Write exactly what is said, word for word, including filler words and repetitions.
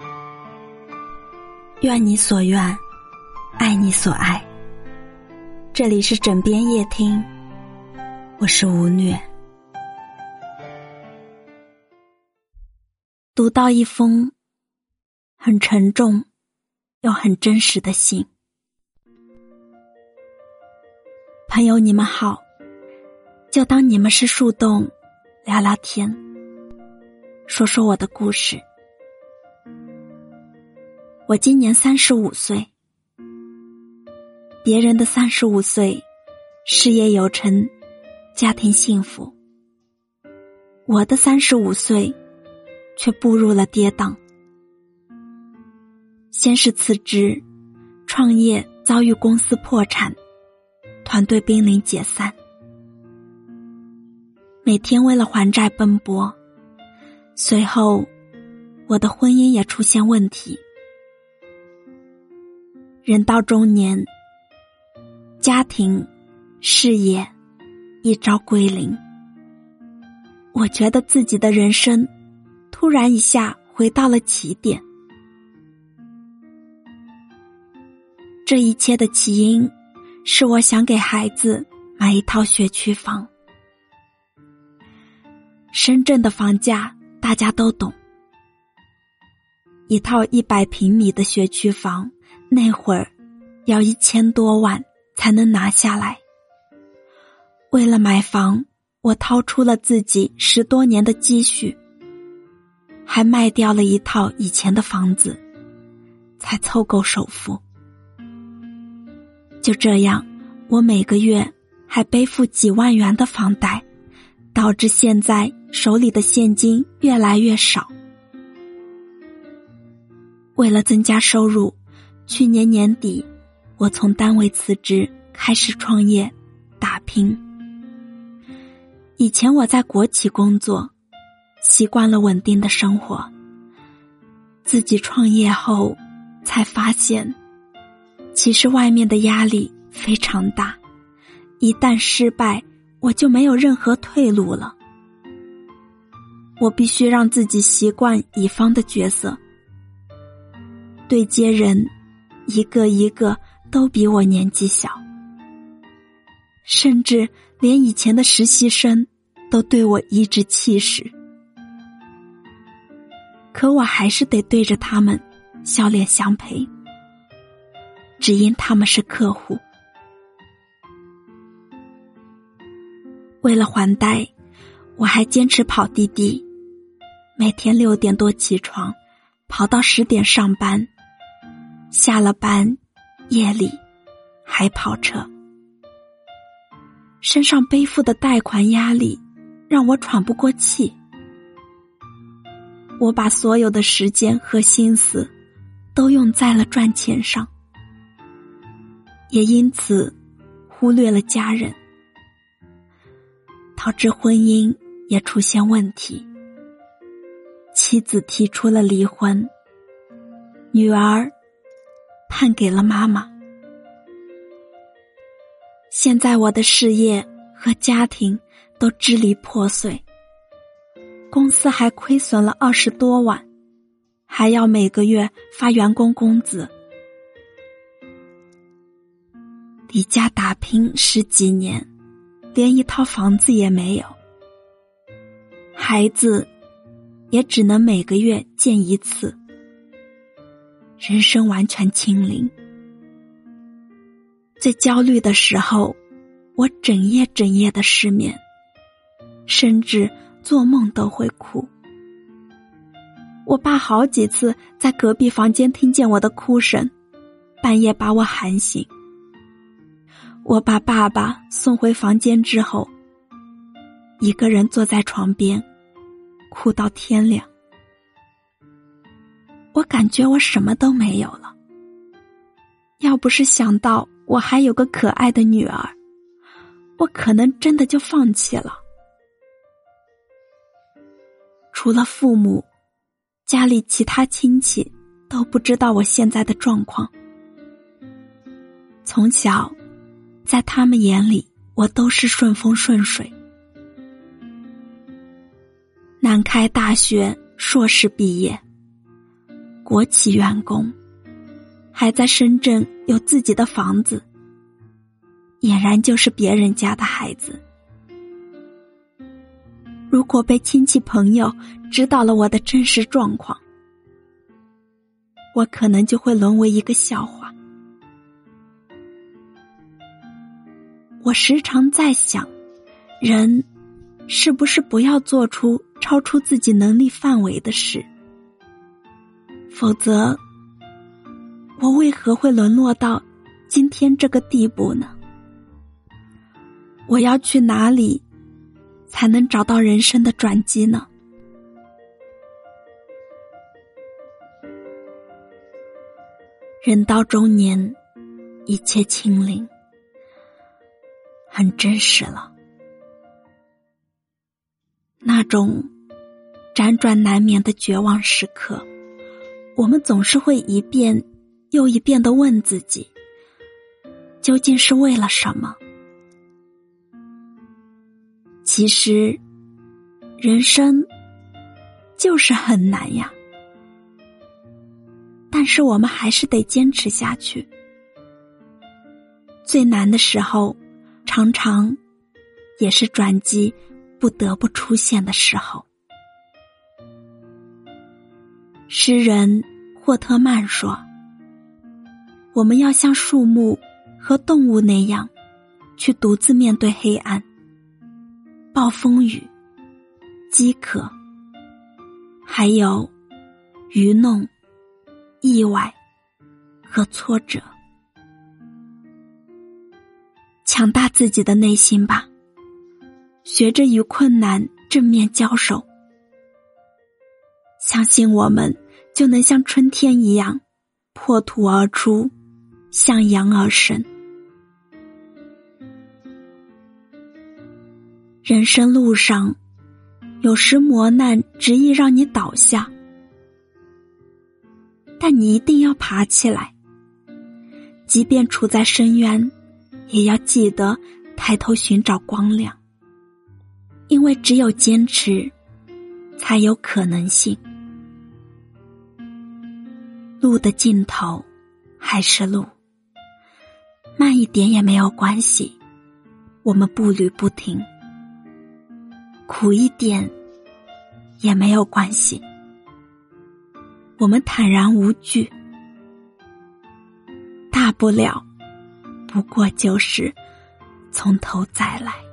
愿你所愿，爱你所爱。这里是枕边夜听，我是吴虐。读到一封很沉重又很真实的信。朋友你们好，就当你们是树洞，聊聊天，说说我的故事。我今年三十五岁，别人的三十五岁，事业有成，家庭幸福。我的三十五岁，却步入了跌宕。先是辞职，创业遭遇公司破产，团队濒临解散。每天为了还债奔波，随后我的婚姻也出现问题。人到中年，家庭、事业一朝归零，我觉得自己的人生突然一下回到了起点。这一切的起因是我想给孩子买一套学区房。深圳的房价大家都懂，一套一百平米的学区房那会儿要一千多万才能拿下来。为了买房，我掏出了自己十多年的积蓄，还卖掉了一套以前的房子，才凑够首付。就这样，我每个月还背负几万元的房贷，导致现在手里的现金越来越少。为了增加收入，去年年底，我从单位辞职，开始创业打拼。以前我在国企工作，习惯了稳定的生活。自己创业后，才发现，其实外面的压力非常大，一旦失败，我就没有任何退路了。我必须让自己习惯乙方的角色，对接人一个一个都比我年纪小，甚至连以前的实习生都对我颐指气使。可我还是得对着他们笑脸相陪，只因他们是客户。为了还贷，我还坚持跑滴滴，每天六点多起床，跑到十点上班，下了班，夜里还跑车。身上背负的贷款压力让我喘不过气。我把所有的时间和心思都用在了赚钱上，也因此忽略了家人，导致婚姻也出现问题。妻子提出了离婚，女儿判给了妈妈。现在我的事业和家庭都支离破碎，公司还亏损了二十多万，还要每个月发员工工资。离家打拼十几年，连一套房子也没有，孩子也只能每个月见一次，人生完全清零。最焦虑的时候，我整夜整夜的失眠，甚至做梦都会哭。我爸好几次在隔壁房间听见我的哭声，半夜把我喊醒。我把爸爸送回房间之后，一个人坐在床边，哭到天亮。我感觉我什么都没有了，要不是想到我还有个可爱的女儿，我可能真的就放弃了。除了父母，家里其他亲戚都不知道我现在的状况。从小，在他们眼里，我都是顺风顺水。南开大学硕士毕业， 国企员工，还在深圳有自己的房子，俨然就是别人家的孩子。如果被亲戚朋友知道了我的真实状况，我可能就会沦为一个笑话。我时常在想，人是不是不要做出超出自己能力范围的事，否则我为何会沦落到今天这个地步呢？我要去哪里才能找到人生的转机呢？人到中年，一切清零，很真实了。那种辗转难眠的绝望时刻，我们总是会一遍又一遍地问自己，究竟是为了什么？其实，人生就是很难呀。但是我们还是得坚持下去。最难的时候，常常也是转机不得不出现的时候。诗人霍特曼说，我们要像树木和动物那样，去独自面对黑暗、暴风雨、饥渴，还有愚弄、意外和挫折。强大自己的内心吧，学着与困难正面交手，相信我们就能像春天一样破土而出，向阳而生。人生路上，有时磨难执意让你倒下，但你一定要爬起来，即便处在深渊，也要记得抬头寻找光亮，因为只有坚持，才有可能性。路的尽头还是路，慢一点也没有关系，我们步履不停，苦一点也没有关系，我们坦然无惧，大不了不过就是从头再来。